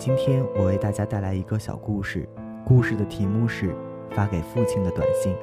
今天我为大家带来一个小故事，故事的题目是发给父亲的短信。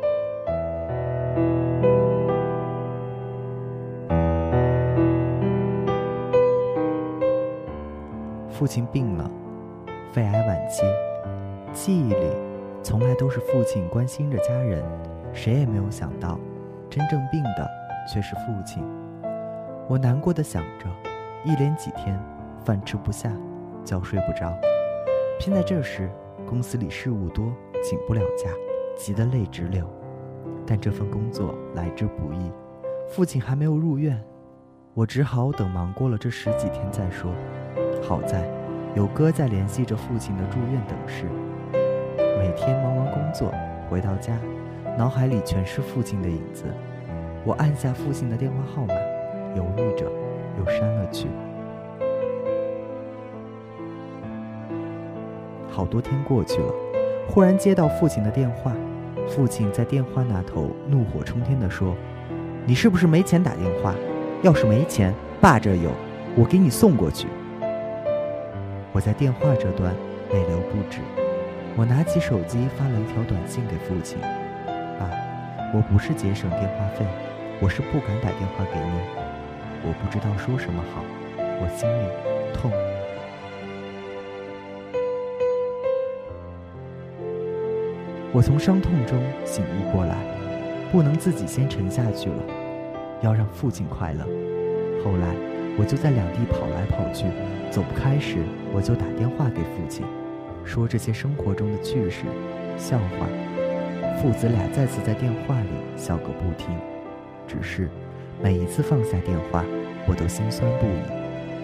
父亲病了，肺癌晚期。记忆里从来都是父亲关心着家人，谁也没有想到真正病的却是父亲。我难过地想着，一连几天饭吃不下，觉睡不着。偏在这时，公司里事务多，请不了假，急得泪直流。但这份工作来之不易，父亲还没有入院，我只好等忙过了这10几天再说。好在有哥在联系着父亲的住院等事。每天忙完工作回到家，脑海里全是父亲的影子。我按下父亲的电话号码，犹豫着又删了去。好多天过去了，忽然接到父亲的电话。父亲在电话那头怒火冲天地说：“你是不是没钱打电话？要是没钱，爸这有，我给你送过去。”我在电话这端泪流不止。我拿起手机发了一条短信给父亲：“爸，我不是节省电话费，我是不敢打电话给你。我不知道说什么好，我心里痛。”我从伤痛中醒悟过来，不能自己先沉下去了，要让父亲快乐。后来我就在两地跑来跑去，走不开时我就打电话给父亲，说这些生活中的趣事笑话。父子俩再次在电话里笑个不停，只是每一次放下电话，我都心酸不已。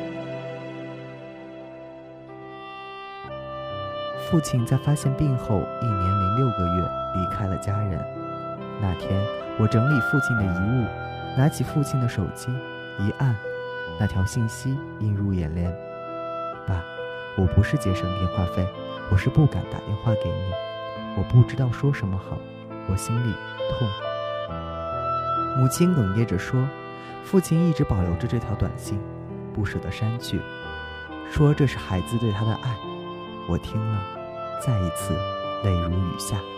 父亲在发现病后1年0.6个月离开了家人。那天我整理父亲的遗物，拿起父亲的手机一按，那条信息映入眼帘：“爸，我不是节省电话费，我是不敢打电话给你。我不知道说什么好，我心里痛。”母亲哽咽着说，父亲一直保留着这条短信，不舍得删去，说这是孩子对他的爱。我听了，再一次泪如雨下。